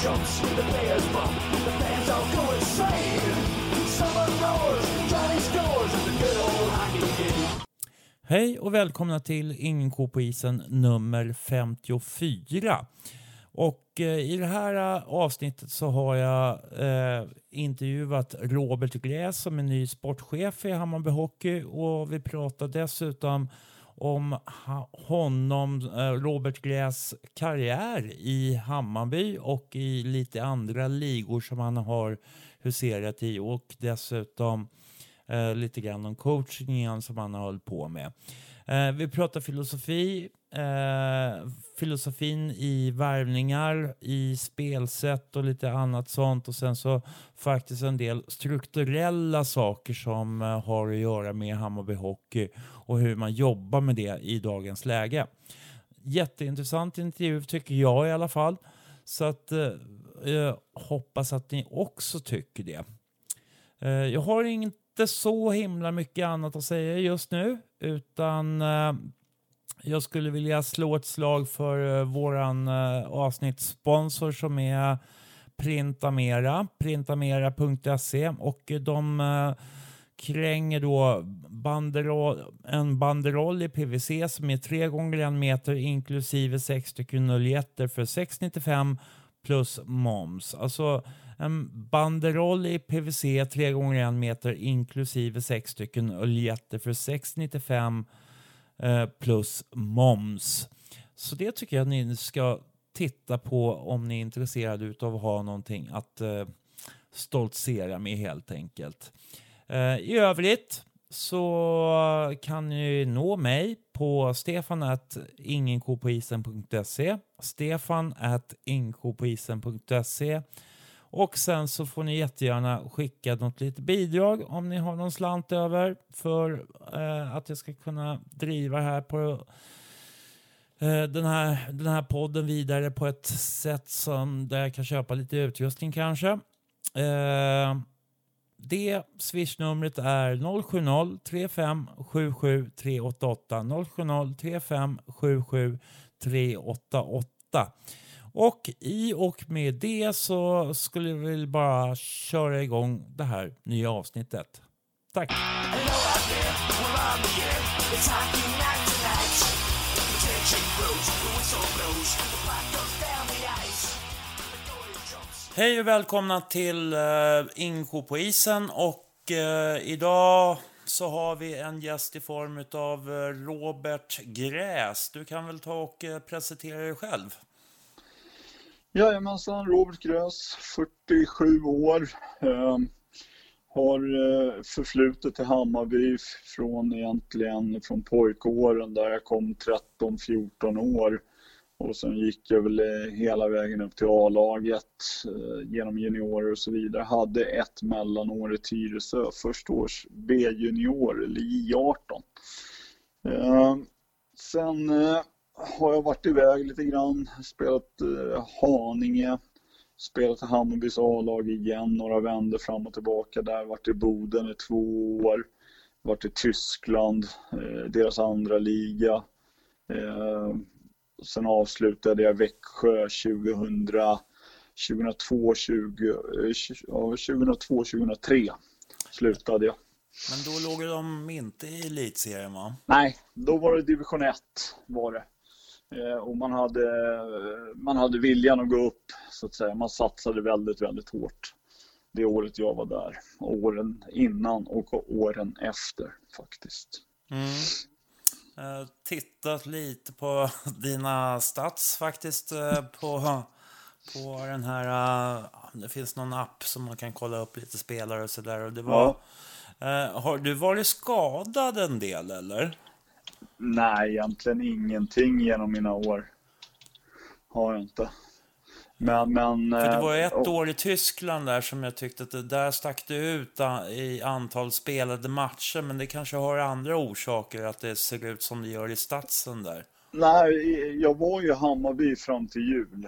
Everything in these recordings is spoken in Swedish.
jumps, the players bump, the fans all go insane. Summer roars, Johnny scores, the good old hockey game. Hej och välkomna till Ingen ko på isen nummer 54. Och i det här avsnittet så har jag intervjuat Robert Gräs som är ny sportchef i Hammarby Hockey. Och vi pratar dessutom om Robert Gräs karriär i Hammarby och i lite andra ligor som han har huserat i. Och dessutom lite grann om coachingen som han har hållit på med. Vi pratar filosofin i värvningar, i spelsätt och lite annat sånt. Och sen så faktiskt en del strukturella saker som har att göra med Hammarby Hockey och hur man jobbar med det i dagens läge. Jätteintressant intervju tycker jag i alla fall. Så att jag hoppas att ni också tycker det. Jag har inte så himla mycket annat att säga just nu, utan jag skulle vilja slå ett slag för våran avsnittssponsor som är printamera.se, och de kränger då en banderoll i PVC som är 3 gånger 1 meter inklusive 6 stycken noljetter för 6,95 plus moms. Alltså en banderoll i PVC 3 gånger 1 meter inklusive 6 stycken oljetter för 6,95 plus moms. Så det tycker jag ni ska titta på om ni är intresserade av att ha någonting att stoltsera med helt enkelt. I övrigt så kan ni nå mig på stefan@ingenkopoisen.se stefan@ingenkopoisen.se. Och sen så får ni jättegärna skicka något lite bidrag om ni har någon slant över för att jag ska kunna driva här på den här podden vidare på ett sätt som där jag kan köpa lite utrustning kanske. Det swishnumret är 070 35 77 388 070 35 77 388. Och i och med det så skulle vi väl bara köra igång det här nya avsnittet. Tack! Hej och välkomna till Ingen ko på isen, och idag så har vi en gäst i form av Robert Gräs. Du kan väl ta och presentera dig själv? Jajamensan, Robert Gräs, 47 år. Har förflutet till Hammarby från pojkåren där jag kom 13-14 år. Och sen gick jag väl hela vägen upp till A-laget genom juniorer och så vidare. Hade ett mellanår i Tyresö, första års B-junior eller J18. Sen har jag varit iväg lite grann, spelat Haninge, spelat i Hammarbys A-lag igen, några vänder fram och tillbaka där, varit i Boden i 2 år, varit i Tyskland, deras andra liga. Sen avslutade jag Växjö 2002-2003 slutade jag. Men då låg de inte i elitserien, va? Nej, då var det division 1 var det. Och man hade viljan att gå upp så att säga. Man satsade väldigt, väldigt hårt det året jag var där. Åren innan och åren efter faktiskt. Tittat lite på dina stats faktiskt på den här, det finns någon app som man kan kolla upp lite spelare och sådär, och det var har du varit skadad en del eller? Nej, egentligen ingenting genom mina år har jag inte. Men för det var ett år i Tyskland där som jag tyckte att det där stack det ut i antal spelade matcher, men det kanske har andra orsaker att det ser ut som det gör i statsen där. Nej, jag var ju Hammarby fram till jul.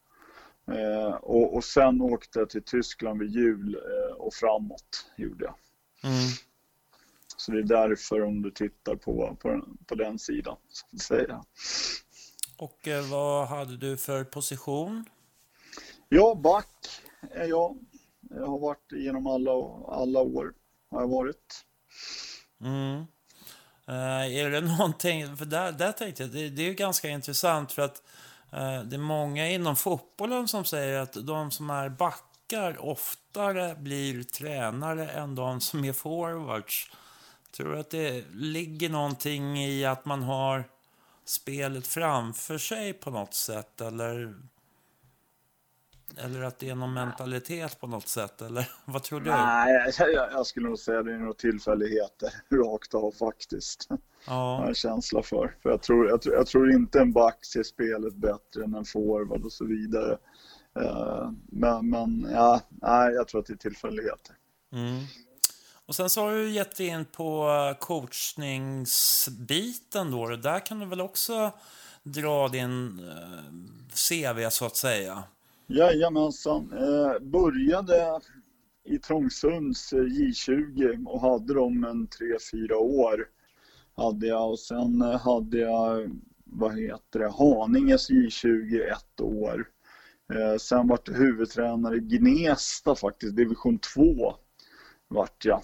Och sen åkte jag till Tyskland vid jul och framåt gjorde jag. Så det är därför om du tittar på den sidan så att säga. Och vad hade du för position? Ja, back är jag. Jag har varit genom alla år. Har jag varit. Mm. Är det någonting, för där tänkte jag, det är ju ganska intressant för att det är många inom fotbollen som säger att de som är backar oftare blir tränare än de som är forwards. Tror du att det ligger någonting i att man har spelet framför sig på något sätt, eller att det är någon mentalitet på något sätt, eller vad tror du? Nej, jag skulle nog säga att det är några tillfälligheter rakt av faktiskt. Ja. Jag har en känsla för jag tror inte en back ser spelet bättre än en forward och så vidare. Men ja, nej, jag tror att det är tillfälligheter. Mm. Och sen så har du gett in på coachningsbiten då. Där kan du väl också dra din CV så att säga. Jajamensan. Började i Trångsunds J20 och hade dem en 3-4 år. Hade jag, och sen hade jag Haninges J20 1 år. Sen var jag huvudtränare i Gnesta faktiskt, division 2 vart jag.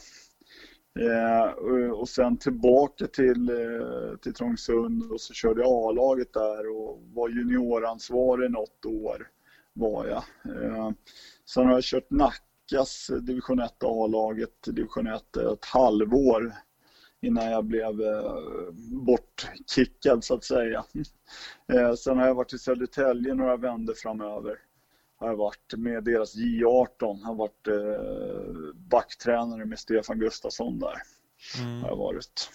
Och sen tillbaka till Trångsund och så körde jag A-laget där och var junioransvarig något år var jag. Sen har jag kört Nackas division 1 A-laget, division 1 ett halvår innan jag blev bortkickad så att säga. Sen har jag varit i Södertälje några vändor framöver. Har jag varit med deras J18, har varit backtränare med Stefan Gustafsson där. Har jag varit.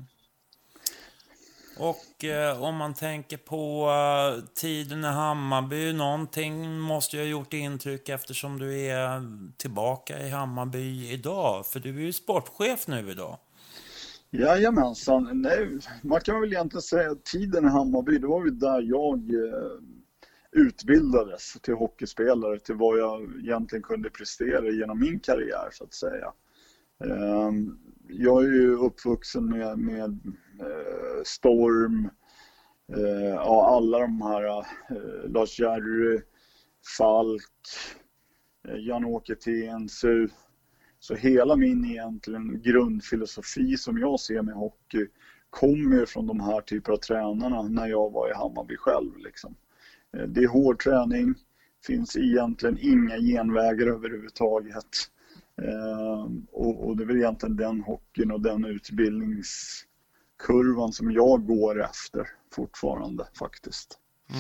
Och om man tänker på tiden i Hammarby, någonting måste ju ha gjort intryck eftersom du är tillbaka i Hammarby idag. För du är ju sportchef nu idag. Jajamensan. Nej, man kan väl egentligen säga att tiden i Hammarby, det var ju där jag utbildades till hockeyspelare, till vad jag egentligen kunde prestera genom min karriär så att säga. Jag är ju uppvuxen med Storm, alla de här, Lars Jerry, Falk, Jan-Åke Tensu. Så hela min egentligen grundfilosofi som jag ser med hockey kommer ju från de här typer av tränarna när jag var i Hammarby själv. Liksom. Det är hård träning, finns egentligen inga genvägar överhuvudtaget. Och det är väl egentligen den hockeyn och den utbildningskurvan som jag går efter fortfarande faktiskt.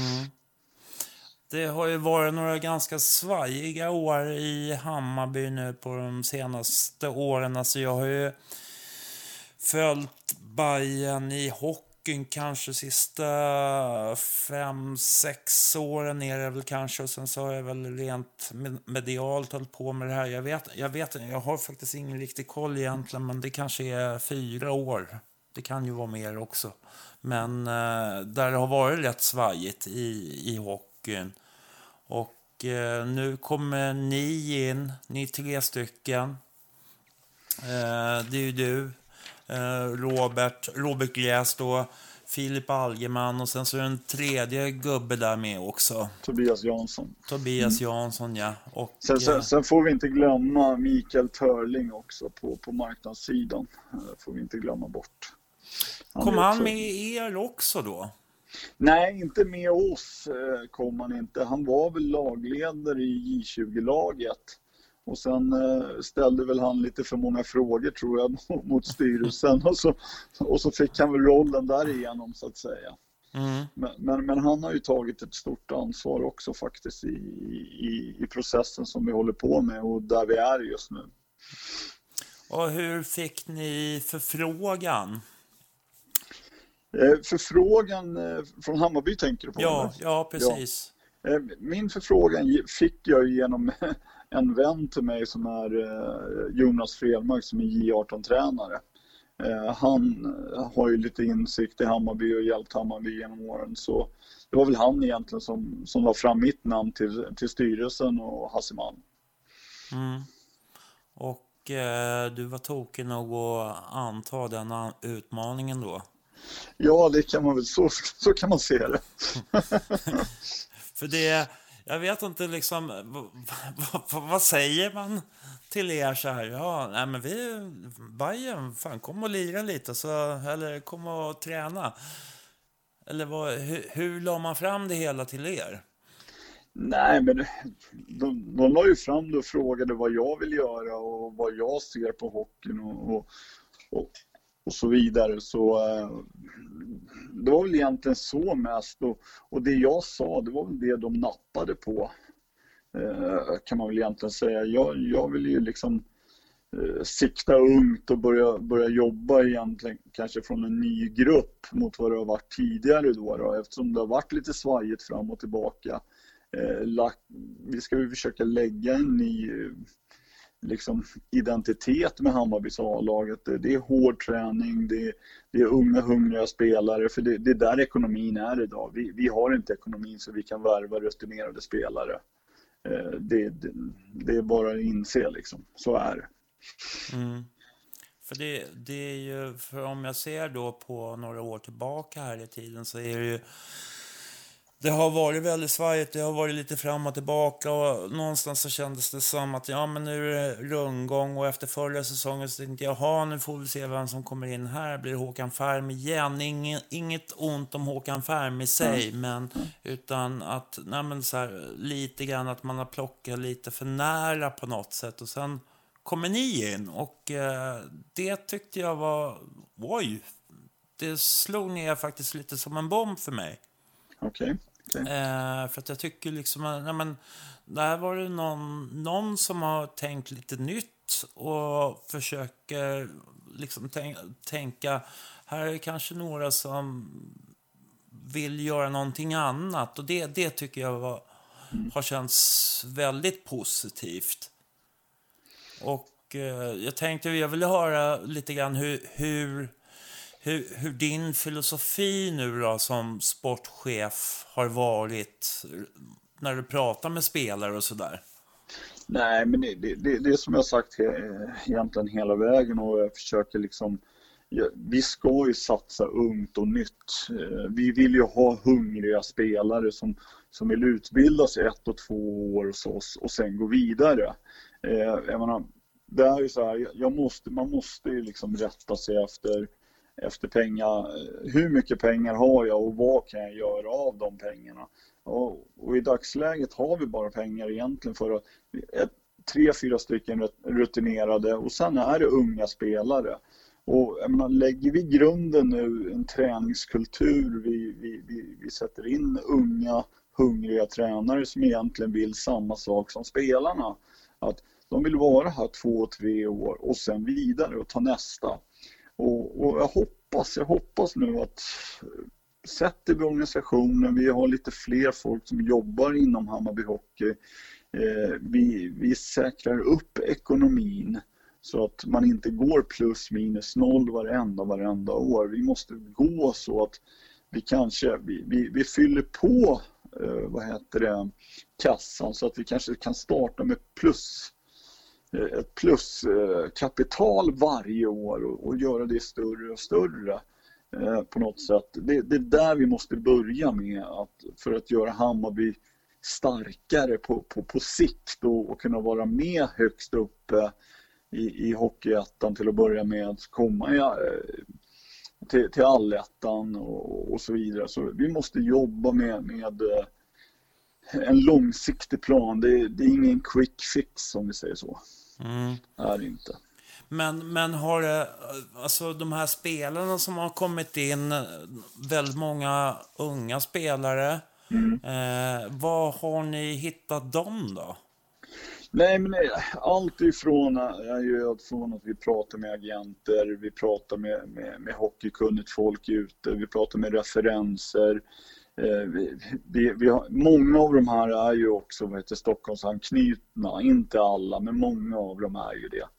Det har ju varit några ganska svajiga år i Hammarby nu på de senaste åren. Alltså jag har ju följt Bayern i hockeyn kanske sista 5-6 åren är det väl kanske. Och sen så har jag väl rent medialt hållit på med det här. Jag har faktiskt ingen riktig koll egentligen, men det kanske är 4 år. Det kan ju vara mer också. Men där det har varit rätt svajigt i hockeyn. Och nu kommer ni in, ni är 3 stycken. Det är ju du, Robert Gräs då, Filip Algeman och sen så är det en tredje gubbe där med också. Tobias Jansson, ja. Och, sen får vi inte glömma Mikael Törling också på marknadssidan. Får vi inte glömma bort. Kom han med er också då? Nej, inte med oss kom han inte. Han var väl lagledare i J20-laget. Och sen ställde väl han lite för många frågor tror jag mot styrelsen. Och så fick han väl rollen där igenom så att säga. Men han har ju tagit ett stort ansvar också faktiskt i processen som vi håller på med och där vi är just nu. Och hur fick ni förfrågan? Förfrågan från Hammarby tänker du på? Ja, precis. Ja. Min förfrågan fick jag genom en vän till mig som är Jonas Fredmark som är J18-tränare. Han har ju lite insikt i Hammarby och hjälpt Hammarby genom åren. Så det var väl han egentligen som la fram mitt namn till styrelsen och Hassiman. Och du var token nog att anta den utmaningen då? Ja, det kan man väl, så kan man se det. För det, Jag vet inte liksom, vad säger man till er så här? Ja, nej men Bayern, fan kom och lira lite så, eller kom och träna. Eller hur la man fram det hela till er? Nej, men de la ju fram det och frågade vad jag vill göra och vad jag ser på hockeyn och så vidare. Så det var väl egentligen så mest. Och det jag sa, det var väl det de nappade på. Kan man väl egentligen säga. Jag vill ju liksom sikta ungt och börja jobba egentligen kanske från en ny grupp mot vad det har varit tidigare då. Eftersom det har varit lite svajigt fram och tillbaka. Vi ska ju försöka lägga en ny liksom identitet med Hammarbys A-laget. Det är hård träning, det är unga hungriga spelare, för det är där ekonomin är idag. Vi har inte ekonomin så vi kan värva rutinerade spelare. Det är bara att inse liksom, så är det. Mm. För det är ju, för om jag ser då på några år tillbaka här i tiden så är det ju, det har varit väldigt svajigt, det har varit lite fram och tillbaka och någonstans så kändes det som att ja men nu är det rundgång och efter förra säsongen så tänkte jag nu får vi se vem som kommer in här, blir Håkan Färm igen, inget ont om Håkan Färm i sig men utan att nej men så här, lite grann att man har plockat lite för nära på något sätt och sen kommer ni in och det tyckte jag var det slog ner faktiskt lite som en bomb för mig. Okej. För att jag tycker liksom där var det någon som har tänkt lite nytt och försöker liksom tänka här är kanske några som vill göra någonting annat och det tycker jag har känts väldigt positivt. Och jag ville höra lite grann hur din filosofi nu då som sportchef har varit när du pratar med spelare och sådär. Nej, men det är som jag sagt egentligen hela vägen och jag försöker liksom, vi ska ju satsa ungt och nytt. Vi vill ju ha hungriga spelare som vill utbilda sig 1 och 2 år hos oss och sen gå vidare. Jag menar, det är ju så här, man måste ju liksom rätta sig efter pengar. Hur mycket pengar har jag och vad kan jag göra av de pengarna? Och i dagsläget har vi bara pengar egentligen för 3-4 stycken rutinerade och sen är det unga spelare. Och jag menar, lägger vi grunden nu, en träningskultur, vi sätter in unga, hungriga tränare som egentligen vill samma sak som spelarna. Att de vill vara här 2-3 år och sen vidare och ta nästa. Och jag hoppas nu att sätter vi organisationen, vi har lite fler folk som jobbar inom Hammarby Hockey. Vi säkrar upp ekonomin så att man inte går plus minus noll varenda år. Vi måste gå så att vi kanske vi fyller på kassan så att vi kanske kan starta med ett pluskapital varje år och göra det större och större på något sätt. Det är där vi måste börja med för att göra Hammarby starkare på sikt och kunna vara med högst uppe i Hockeyettan till att börja med, att komma till Allettan och så vidare. Så vi måste jobba med en långsiktig plan. Det är ingen quick fix som vi säger så. Är det inte. Men har det, alltså de här spelarna som har kommit in, väldigt många unga spelare, vad har ni hittat dem då? Nej, men allt ifrån är ju från att vi pratar med agenter, vi pratar med hockeykunnigt folk ute, vi pratar med referenser. Vi har, många av de här är ju också Stockholmsanknutna, inte alla, men många av dem är ju det.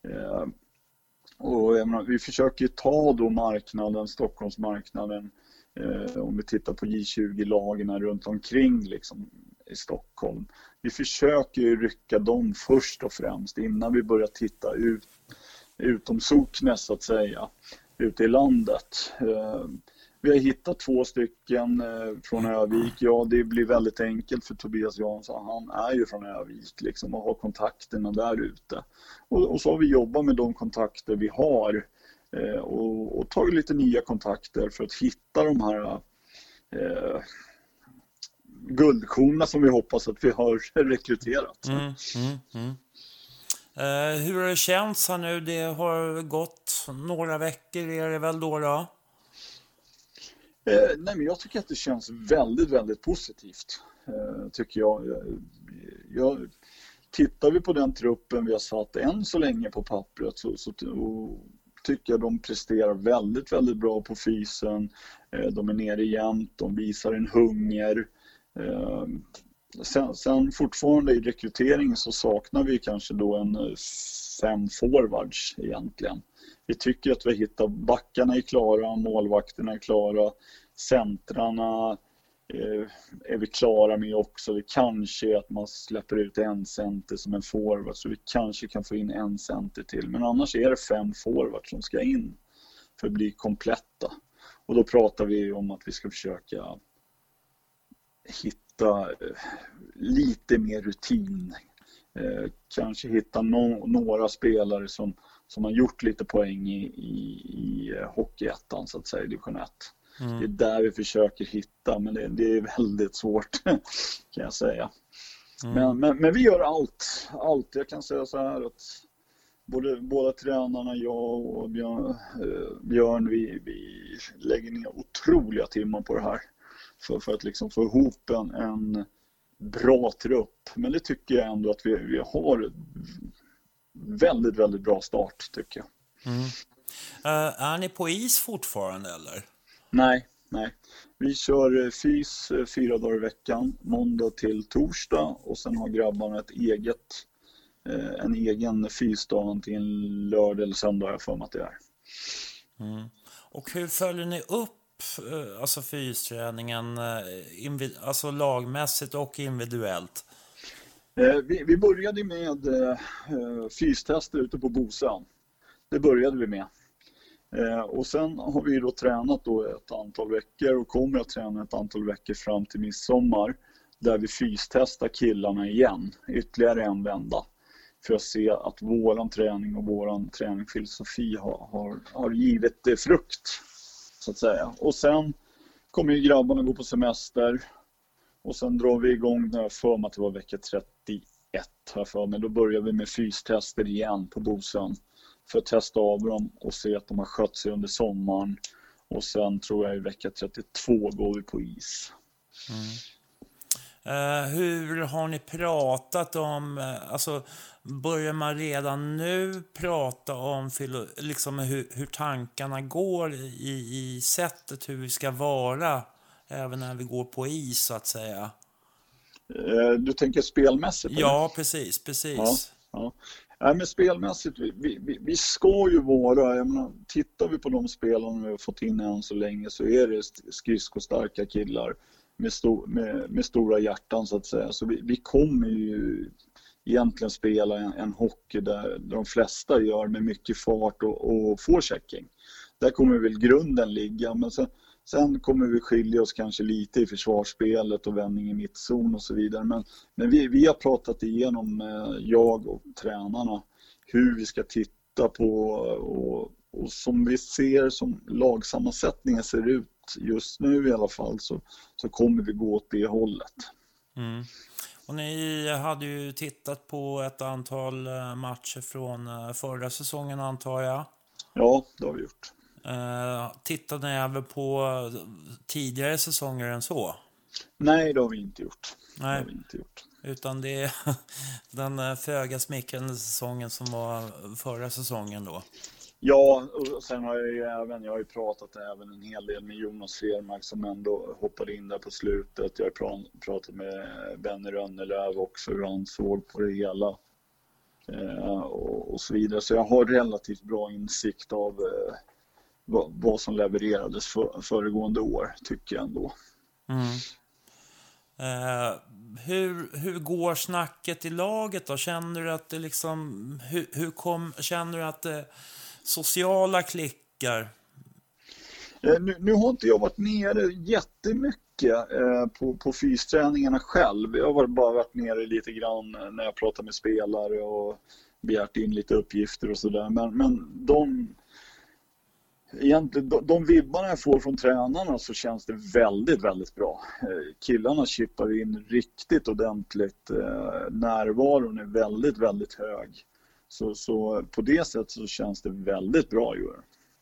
Och jag menar, vi försöker ta då marknaden, Stockholmsmarknaden, om vi tittar på J20-lagen runt omkring liksom, i Stockholm. Vi försöker ju rycka dem först och främst innan vi börjar titta utom Soknäs så att säga, ute i landet. Vi har hittat 2 stycken från Övik. Ja, det blir väldigt enkelt för Tobias Jansson. Han är ju från Övik liksom, och har kontakterna där ute. Och så har vi jobbat med de kontakter vi har och tagit lite nya kontakter för att hitta de här guldkorna som vi hoppas att vi har rekryterat. Hur har det känts här nu? Det har gått några veckor, är det väl då? Nej, men jag tycker att det känns väldigt, väldigt positivt. Tycker jag. Tittar vi på den truppen vi har satt än så länge på pappret så tycker jag de presterar väldigt, väldigt bra på fysen. De är nere jämt, de visar en hunger. Sen fortfarande i rekryteringen så saknar vi kanske då en 5 forwards egentligen. Vi tycker att vi hittar backarna är klara, målvakterna är klara, centrarna är vi klara med också. Det kanske är att man släpper ut en center som en forward så vi kanske kan få in en center till. Men annars är det 5 forwards som ska in för att bli kompletta. Och då pratar vi om att vi ska försöka hitta lite mer rutin. Kanske hitta några spelare som har gjort lite poäng i Hockeyettan så att säga, division 1. Det är där vi försöker hitta, men det är väldigt svårt kan jag säga. Men vi gör allt. Jag kan säga så här att båda tränarna, jag och Björn, vi lägger ner otroliga timmar på det här för att liksom få ihop en bra trupp. Men det tycker jag ändå att vi har väldigt, väldigt bra start tycker jag. Är ni på is fortfarande eller? Nej. Vi kör fys 4 dagar i veckan, måndag till torsdag, och sen har grabbarna en egen fysdag till en lördag eller söndag, jag för mig att det är. Och hur följer ni upp alltså fysträningen, alltså lagmässigt och individuellt? Vi började med fystester ute på Bosön. Det började vi med. Och sen har vi då tränat då ett antal veckor och kommer att träna ett antal veckor fram till midsommar där vi fystestar killarna igen, ytterligare en vända, för att se att våran träning och våran träningsfilosofi har givit frukt så att säga. Och sen kommer ju grabbarna gå på semester och sen drar vi igång när jag för mig att det var vecka 31 här för mig. Då börjar vi med fystester igen på Bosön för att testa av dem och se att de har skött sig under sommaren. Och sen tror jag i vecka 32 går vi på is. Hur har ni pratat om, alltså börjar man redan nu prata om liksom hur tankarna går i sättet hur vi ska vara även när vi går på is så att säga? Du tänker spelmässigt? Ja, precis. Ja. Nej, men spelmässigt, vi ska ju vara, jag menar, tittar vi på de spelarna vi har fått in än så länge så är det skridskostarka killar med stora hjärtan så att säga. Så vi kommer ju egentligen spela en hockey där de flesta gör med mycket fart och forechecking. Där kommer väl grunden ligga, men sen kommer vi skilja oss kanske lite i försvarsspelet och vändning i mittzon och så vidare. Men vi har pratat igenom, jag och tränarna, hur vi ska titta på och som vi ser som lagsammansättningen ser ut just nu i alla fall så kommer vi gå åt det hållet. Och ni hade ju tittat på ett antal matcher från förra säsongen antar jag? Ja, det har vi gjort. Tittade ni även på tidigare säsonger än så? Nej, det har vi inte gjort. Nej. Utan det är den föga smickrande säsongen som var förra säsongen då. Ja, och sen har jag har ju pratat även en hel del med Jonas Flermark som ändå hoppade in där på slutet. Jag har pratat med Benny Rönnelöv också, hur han såg på det hela och så vidare. Så jag har relativt bra insikt av vad som levererades föregående år, tycker jag ändå. Hur går snacket i laget då? Känner du att det liksom känner du att det sociala klickar? Nu har inte jag varit nere jättemycket på fysträningarna själv. Jag har bara varit nere lite grann när jag pratar med spelare och begärt in lite uppgifter och sådär. Men de vibbarna jag får från tränarna, så känns det väldigt, väldigt bra. Killarna chippar in riktigt ordentligt. Närvaron är väldigt, väldigt hög. Så på det sättet så känns det väldigt bra, Johan.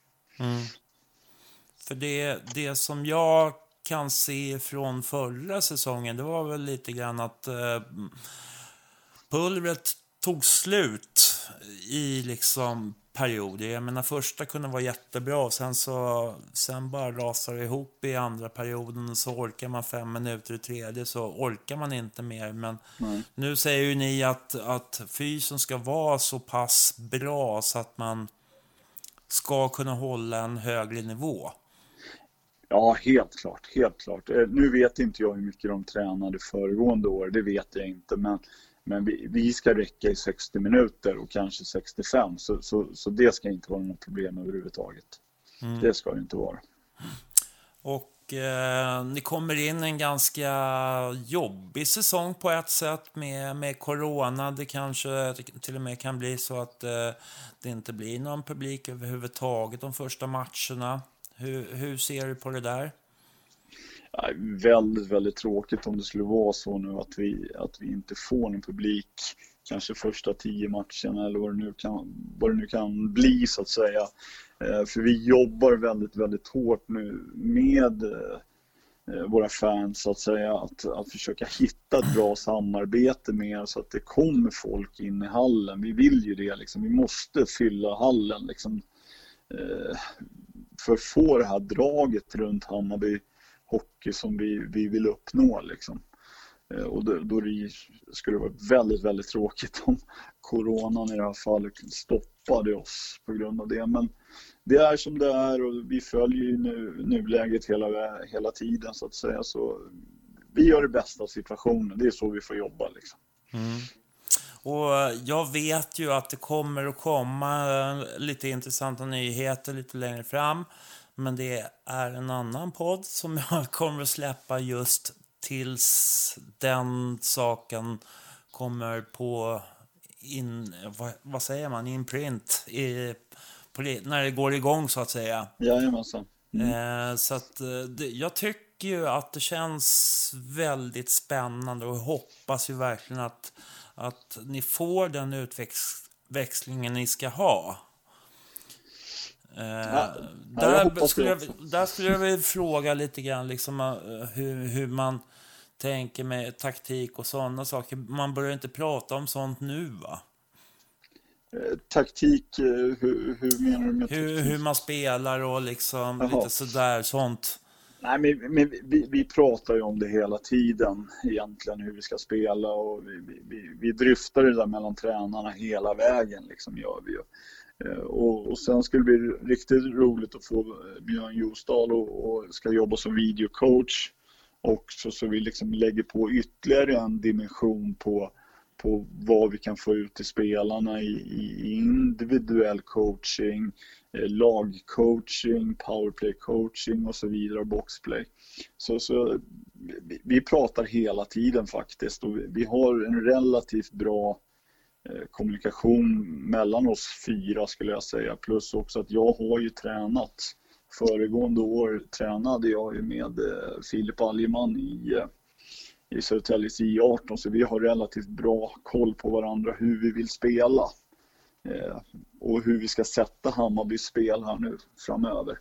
För det som jag kan se från förra säsongen, det var väl lite grann att pulvret tog slut i liksom perioder. Jag menar, första kunde vara jättebra och sen bara rasar det ihop i andra perioden, och så orkar man 5 minuter i tredje, så orkar man inte mer. Men nu säger ju ni att fysen ska vara så pass bra så att man ska kunna hålla en högre nivå. Ja, helt klart. Nu vet inte jag hur mycket de tränade föregående år, det vet jag inte, men vi ska räcka i 60 minuter och kanske 65, så det ska inte vara något problem överhuvudtaget. Det ska det inte vara. Och ni kommer in en ganska jobbig säsong på ett sätt med corona. Det kanske till och med kan bli så att det inte blir någon publik överhuvudtaget de första matcherna. Hur ser du på det där? Ja, väldigt, väldigt tråkigt om det skulle vara så nu att vi inte får en publik kanske första 10 matcherna eller vad det nu kan bli, så att säga. För vi jobbar väldigt, väldigt hårt nu med våra fans, så att säga, att försöka hitta ett bra samarbete med, så att det kommer folk in i hallen. Vi vill ju det liksom. Vi måste fylla hallen liksom, för att få det här draget runt Hammarby hockey som vi vill uppnå liksom. Och då skulle det vara väldigt, väldigt tråkigt om coronan i det här fallet stoppade oss på grund av det. Men det är som det är, och vi följer ju nuläget hela tiden, så att säga. Så vi gör det bästa av situationen. Det är så vi får jobba liksom. Och jag vet ju att det kommer att komma lite intressanta nyheter lite längre fram. Men det är en annan podd som jag kommer att släppa just tills den saken kommer på vad säger man, inprint när det går igång, så att säga. Jajamensan. Så att jag tycker ju att det känns väldigt spännande, och hoppas ju verkligen att ni får den utväxlingen ni ska ha. Där skulle jag vilja fråga lite grann liksom, hur man tänker med taktik och sådana saker. Man börjar inte prata om sånt nu, va? Taktik, hur menar du med taktik? Hur man spelar och liksom lite sådär sånt. Nej, men vi pratar ju om det hela tiden egentligen, hur vi ska spela, och vi dryftar det där mellan tränarna hela vägen liksom, gör vi ju. Och sen skulle det bli riktigt roligt att få Björn Jostal och ska jobba som videocoach också, så vi liksom lägger på ytterligare en dimension på vad vi kan få ut till spelarna i individuell coaching, lagcoaching, powerplay coaching och så vidare, boxplay. Så vi pratar hela tiden faktiskt, och vi har en relativt bra kommunikation mellan oss 4, skulle jag säga. Plus också att jag har ju tränat. Föregående år tränade jag ju med Filip Algeman i Södertäljes I18, så vi har relativt bra koll på varandra, hur vi vill spela och hur vi ska sätta Hammarbys spel här nu framöver.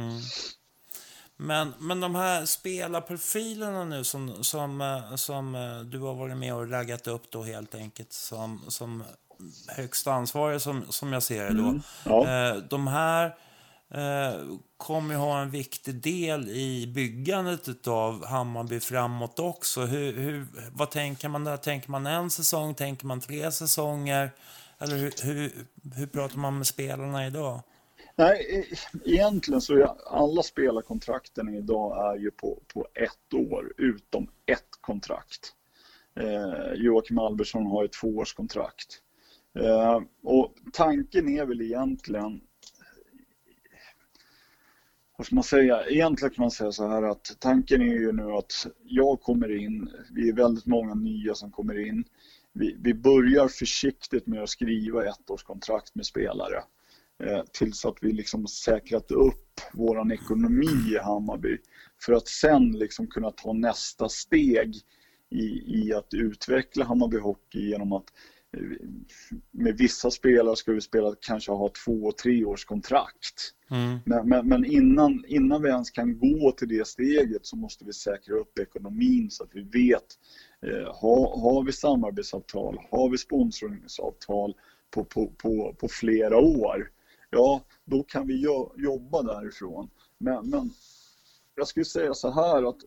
Men de här spelarprofilerna nu som du har varit med och raggat upp då, helt enkelt som högst ansvarig, som jag ser det då. De här kommer ju ha en viktig del i byggandet av Hammarby framåt också. Vad tänker man där? Tänker man en säsong? Tänker man 3 säsonger? Eller hur pratar man med spelarna idag? Nej, egentligen så är alla spelarkontrakten idag är ju på 1 år, utom ett kontrakt. Joakim Albertsson har ett 2-årskontrakt. Och tanken är väl egentligen, vad ska man säga? Egentligen kan man säga så här att tanken är ju nu att jag kommer in, vi är väldigt många nya som kommer in. Vi börjar försiktigt med att skriva ettårskontrakt med spelare. Tills att vi liksom säkrat upp våran ekonomi i Hammarby. För att sen liksom kunna ta nästa steg i att utveckla Hammarby Hockey genom att med vissa spelare ska vi kanske ha 2 och 3 års kontrakt. Men innan vi ens kan gå till det steget så måste vi säkra upp ekonomin så att vi vet har vi samarbetsavtal, har vi sponsringsavtal på flera år, ja då kan vi jobba därifrån. Men jag skulle säga så här att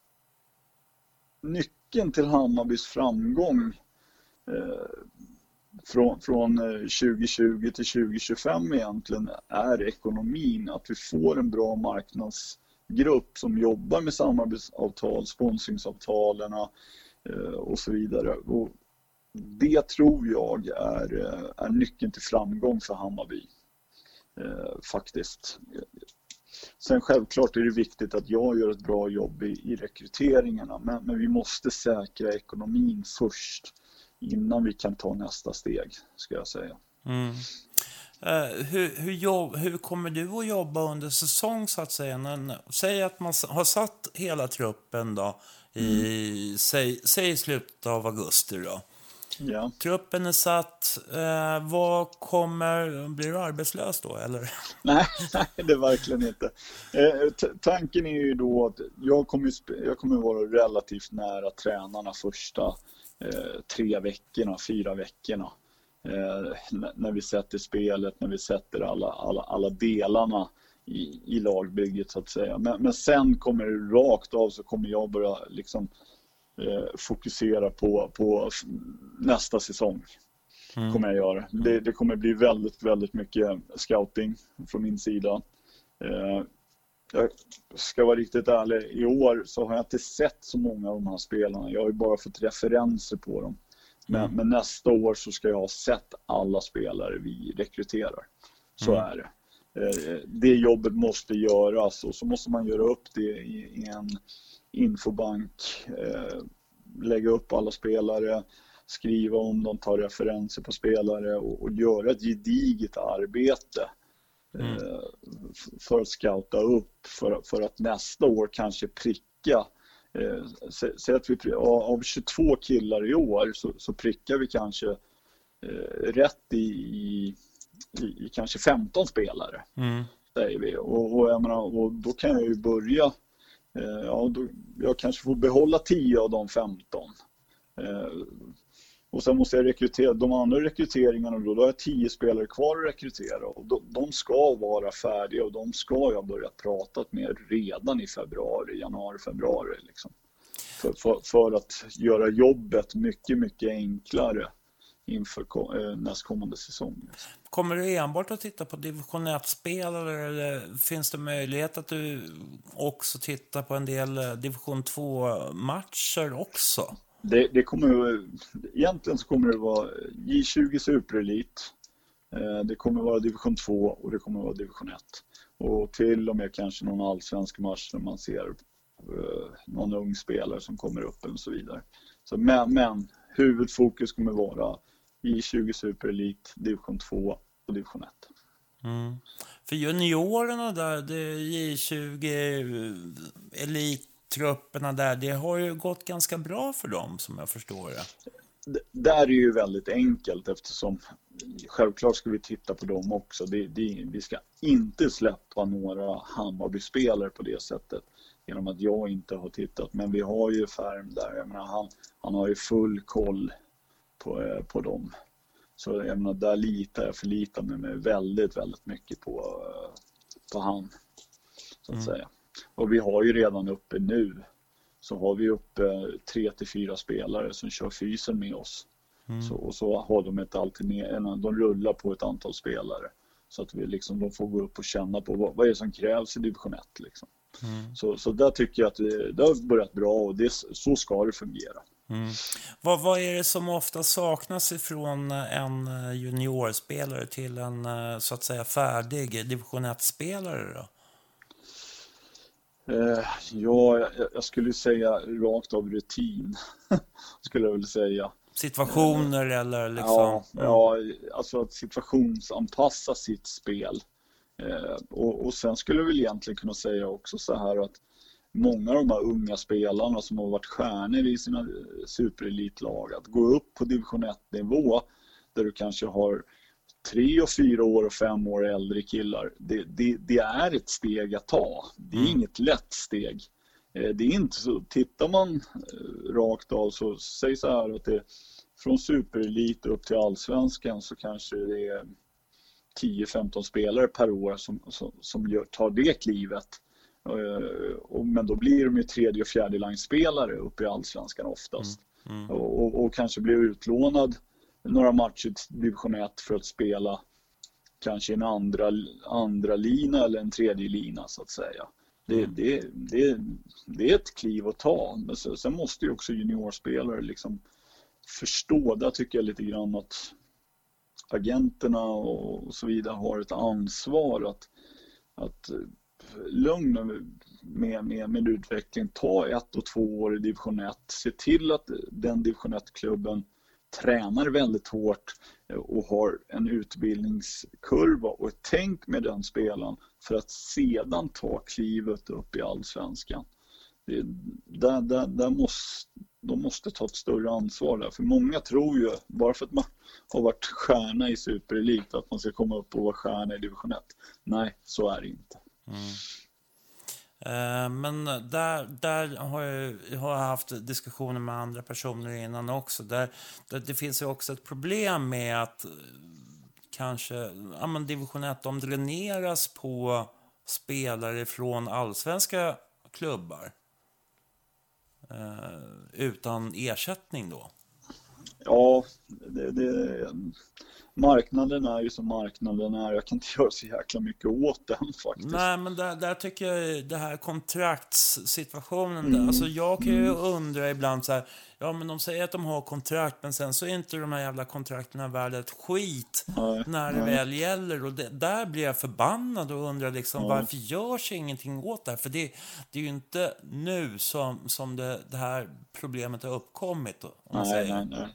nyckeln till Hammarbys framgång från 2020 till 2025 egentligen är ekonomin. Att vi får en bra marknadsgrupp som jobbar med samarbetsavtal, sponsringsavtalen och så vidare. Och det tror jag är nyckeln till framgång för Hammarby. Faktiskt. Sen självklart är det viktigt att jag gör ett bra jobb i rekryteringarna. Men vi måste säkra ekonomin först innan vi kan ta nästa steg, ska jag säga. Hur kommer du att jobba under säsong så att säga? Säg att man har satt hela truppen då säg slutet av augusti då. Ja. Truppen är satt. Blir du arbetslös då eller? Nej, det är verkligen inte. Tanken är ju då att jag kommer vara relativt nära tränarna första 4 veckorna. När vi sätter spelet, när vi sätter alla delarna i lagbygget så att säga. Men sen kommer det rakt av så kommer jag börja liksom fokusera på nästa säsong. Kommer jag göra. Det kommer bli väldigt, väldigt mycket scouting från min sida. Jag ska vara riktigt ärlig, i år så har jag inte sett så många av de här spelarna. Jag har ju bara fått referenser på dem. Men nästa år så ska jag ha sett alla spelare vi rekryterar. Så är det. Det jobbet måste göras och så måste man göra upp det i en infobank. Lägga upp alla spelare, skriva om dem, ta referenser på spelare och göra ett gediget arbete. För att scouta upp för att nästa år kanske pricka säg att vi av 22 killar i år så prickar vi kanske rätt i kanske 15 spelare säger vi och jag menar, och då kan jag ju börja jag kanske får behålla 10 av de 15 och sen måste jag rekrytera de andra rekryteringarna och då har jag 10 spelare kvar att rekrytera och de ska vara färdiga och de ska jag börja prata med redan i januari-februari liksom. För att göra jobbet mycket, mycket enklare inför nästkommande säsong. Liksom. Kommer du enbart att titta på division 1-spelare eller finns det möjlighet att du också tittar på en del division 2-matcher också? Det kommer egentligen så kommer det vara J20 Superelit. Det kommer vara division 2 och det kommer vara division 1. Och till och med kanske någon allsvensk match när man ser någon ung spelare som kommer upp och så vidare. Så men huvudfokus kommer vara J20 Superelit, division 2 och division 1. För juniorerna där, det J20 elittrupperna där, det har ju gått ganska bra för dem som jag förstår det. Där är ju väldigt enkelt eftersom självklart ska vi titta på dem också. Vi ska inte släppa några Hammarby-spelare på det sättet genom att jag inte har tittat. Men vi har ju Färm där, jag menar, han har ju full koll på dem. Så jag menar, där förlitar mig väldigt, väldigt mycket på han så att säga. Och vi har ju redan uppe nu så har vi uppe 3-4 spelare som kör fysen med oss. Så har de de rullar på ett antal spelare så att vi liksom, de får gå upp och känna på vad är det som krävs i division 1 liksom. Så där tycker jag att det har börjat bra och så ska det fungera. Vad är det som ofta saknas ifrån en juniorspelare till en så att säga färdig division 1-spelare då? Ja, jag skulle säga rakt av rutin. Skulle jag väl säga. Situationer eller liksom... Ja, alltså att situationsanpassa sitt spel. Och sen skulle jag väl egentligen kunna säga också så här att många av de här unga spelarna som har varit stjärnor i sina superelitlag, att gå upp på division 1-nivå där du kanske har 3 och 4 år och 5 år äldre killar, det är ett steg att ta. Det är inget lätt steg. Det är inte så, tittar man rakt av så säg så här att det från superelit upp till allsvenskan så kanske det är 10-15 spelare per år som tar det klivet. Men då blir de ju tredje- och fjärde-line-spelare uppe i allsvenskan oftast. Och kanske blir utlånad några matcher till division 1 för att spela kanske en andra lina eller en tredje lina så att säga. Det är ett kliv att ta. Men sen måste ju också juniorspelare liksom förstå, där tycker jag lite grann att agenterna och så vidare har ett ansvar att lugna med utveckling, ta 1 och 2 år i division 1, se till att den division 1-klubben tränar väldigt hårt och har en utbildningskurva och ett tänk med den spelaren för att sedan ta klivet upp i allsvenskan. De måste ta ett större ansvar där. För många tror ju, bara för att man har varit stjärna i superelit, att man ska komma upp och vara stjärna i division 1. Nej, så är det inte. Men där har jag haft diskussioner med andra personer innan också. Där det finns ju också ett problem med att kanske division 1 de dräneras på spelare från allsvenska klubbar utan ersättning då. Ja, marknaden är ju som marknaden är. Jag kan inte göra så jäkla mycket åt den faktiskt. Nej, men där tycker jag det här kontraktssituationen alltså jag kan ju undra ibland så här, ja men de säger att de har kontrakt men sen så är inte de här jävla kontrakterna värda ett skit när det väl gäller och där blir jag förbannad och undrar liksom varför görs ingenting åt det här? För det är ju inte nu som det här problemet har uppkommit. Nej.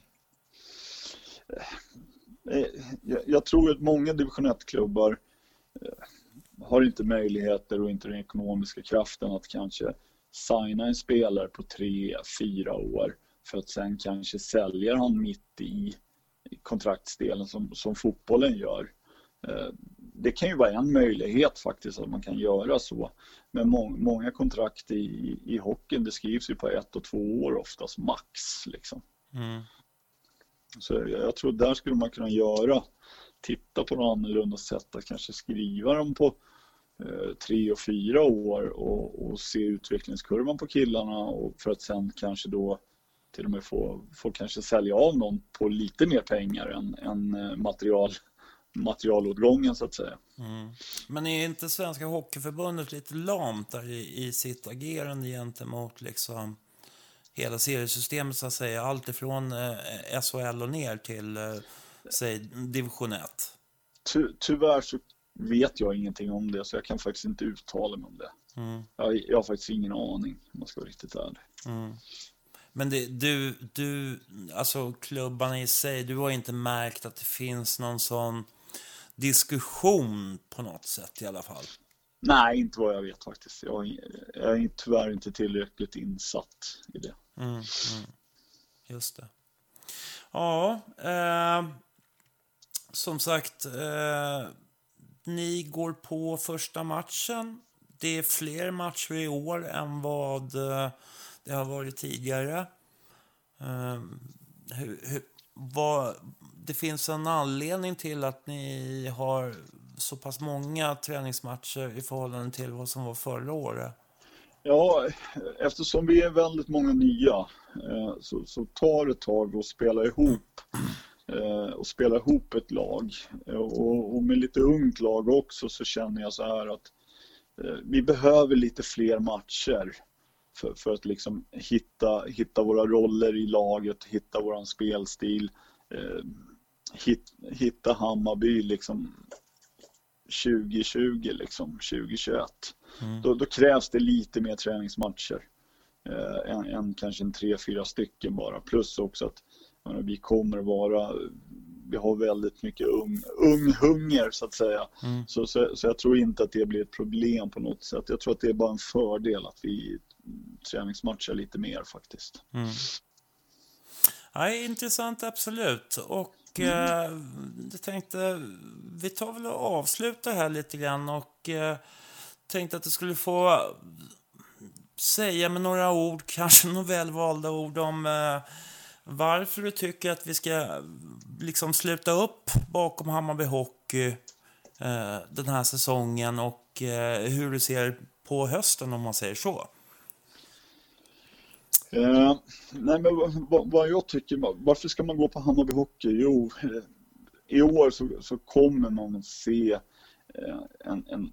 Jag tror att många division 1-klubbar har inte möjligheter och inte den ekonomiska kraften att kanske signa en spelare på 3-4 år för att sen kanske sälja han mitt i kontraktsdelen som fotbollen gör. Det kan ju vara en möjlighet faktiskt att man kan göra så. Men många kontrakt i hockeyn, det skrivs ju på 1 och 2 år oftast max liksom. Så jag tror där skulle man kunna titta på något annorlunda sätt att kanske skriva dem på 3 och 4 år och se utvecklingskurvan på killarna och för att sen kanske då till och med få kanske sälja av någon på lite mer pengar än materialåtgången så att säga. Men är inte Svenska Hockeyförbundet lite lamt där i sitt agerande gentemot liksom hela seriesystemet så att säga, allt ifrån SHL och ner till säg division 1? Tyvärr så vet jag ingenting om det så jag kan faktiskt inte uttala mig om det. Jag har faktiskt ingen aning om man ska vara riktigt ärlig. Men du alltså klubbarna i sig, du har inte märkt att det finns någon sån diskussion på något sätt i alla fall? Nej, inte vad jag vet faktiskt. Jag är tyvärr inte tillräckligt insatt i det. Just det. Ja, som sagt, ni går på första matchen. Det är fler matcher i år än vad det har varit tidigare. Det finns en anledning till att ni har så pass många träningsmatcher i förhållande till vad som var förra året? Ja, eftersom vi är väldigt många nya så tar det ett tag att spela ihop ett lag. Och med lite ungt lag också så känner jag så här att vi behöver lite fler matcher för att liksom hitta våra roller i laget, hitta våran spelstil, hitta Hammarby liksom 2020 liksom, 2021. Då krävs det lite mer träningsmatcher än kanske 3-4 stycken bara. Plus också att vi kommer att vi har väldigt mycket ung hunger så att säga. Så jag tror inte att det blir ett problem på något sätt. Jag tror att det är bara en fördel att vi träningsmatchar lite mer faktiskt. Ja, intressant, absolut. Och jag tänkte, vi tar väl och avsluta här lite grann och tänkte att du skulle få säga med några ord, kanske några välvalda ord om varför du tycker att vi ska liksom sluta upp bakom Hammarby Hockey den här säsongen och hur du ser på hösten, om man säger så. Nej, men vad jag tycker, varför ska man gå på Hammarby Hockey? Jo, i år så kommer man att se en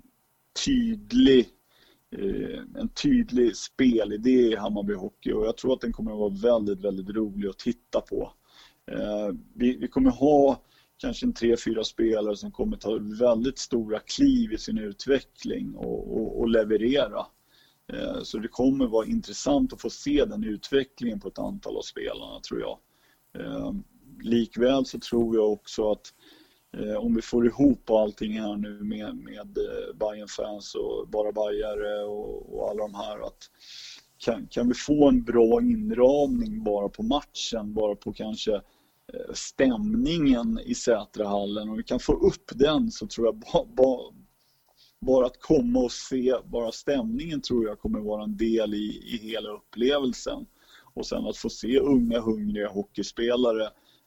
tydlig spelidé i Hammarby Hockey, och jag tror att den kommer att vara väldigt, väldigt rolig att titta på. Vi kommer ha kanske 3-4 spelare som kommer ta väldigt stora kliv i sin utveckling och leverera. Så det kommer vara intressant att få se den utvecklingen på ett antal av spelarna, tror jag. Likväl så tror jag också att om vi får ihop allting här nu med Bayern-fans och bara Bajare och alla de här, att kan vi få en bra inramning bara på matchen, bara på kanske stämningen i Sätrahallen, och vi kan få upp den, så tror jag bara att komma och se bara stämningen tror jag kommer vara en del i hela upplevelsen. Och sen att få se unga hungriga hockeyspelare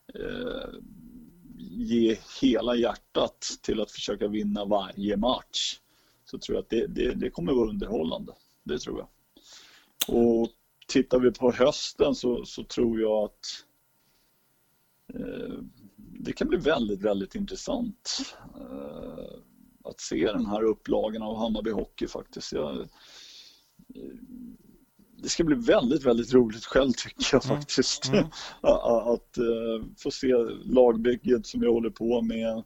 ge hela hjärtat till att försöka vinna varje match, så tror jag att det kommer vara underhållande. Det tror jag. Och tittar vi på hösten så tror jag att det kan bli väldigt, väldigt intressant att se den här upplagan av Hammarby Hockey faktiskt. Det ska bli väldigt, väldigt roligt själv, tycker jag faktiskt. Att få se lagbygget som jag håller på med.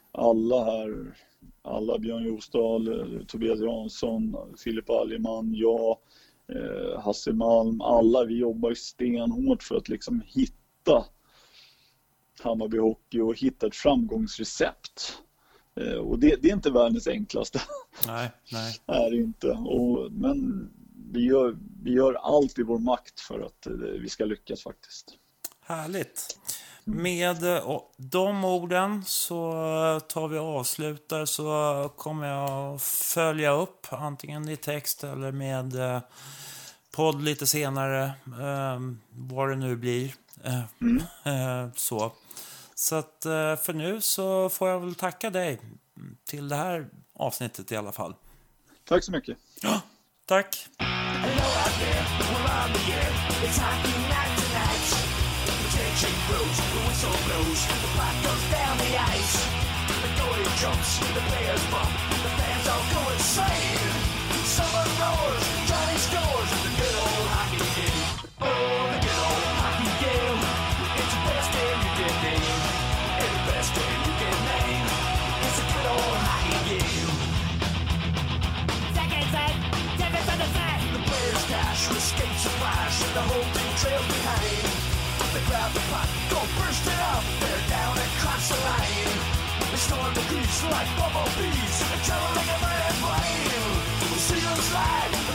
Alla Björn Jostal, Tobias Jansson, Filip Algerman, jag, Hasse Malm. Alla vi jobbar stenhårt för att liksom hitta Hammarby Hockey och hitta ett framgångsrecept. Och det är inte världens enklaste. Nej. Är det inte. Men vi gör allt i vår makt för att vi ska lyckas faktiskt. Härligt. Med de orden så tar vi och avslutar, så kommer jag följa upp antingen i text eller med podd lite senare, vad det nu blir. Så att för nu så får jag väl tacka dig till det här avsnittet i alla fall. Tack så mycket. Ja, tack. Hello out there, we're on the air. It's hockey night tonight. The tension grows, the whistle blows, the puck goes down the ice. The goalie jumps, the players bump, the fans all go insane. Someone roars, Johnny scores, the good old hockey game. Oh, the good old hockey game. It's the best game you can name. It's the best game you can name. It's a good old hockey game. Second side, second on the side. The players dash with skates and flash, and the whole thing trails behind. They grab the puck, go burst it up, they're down across the line. They storm the crease like bumblebees, and travel like a red flame. We see them slide,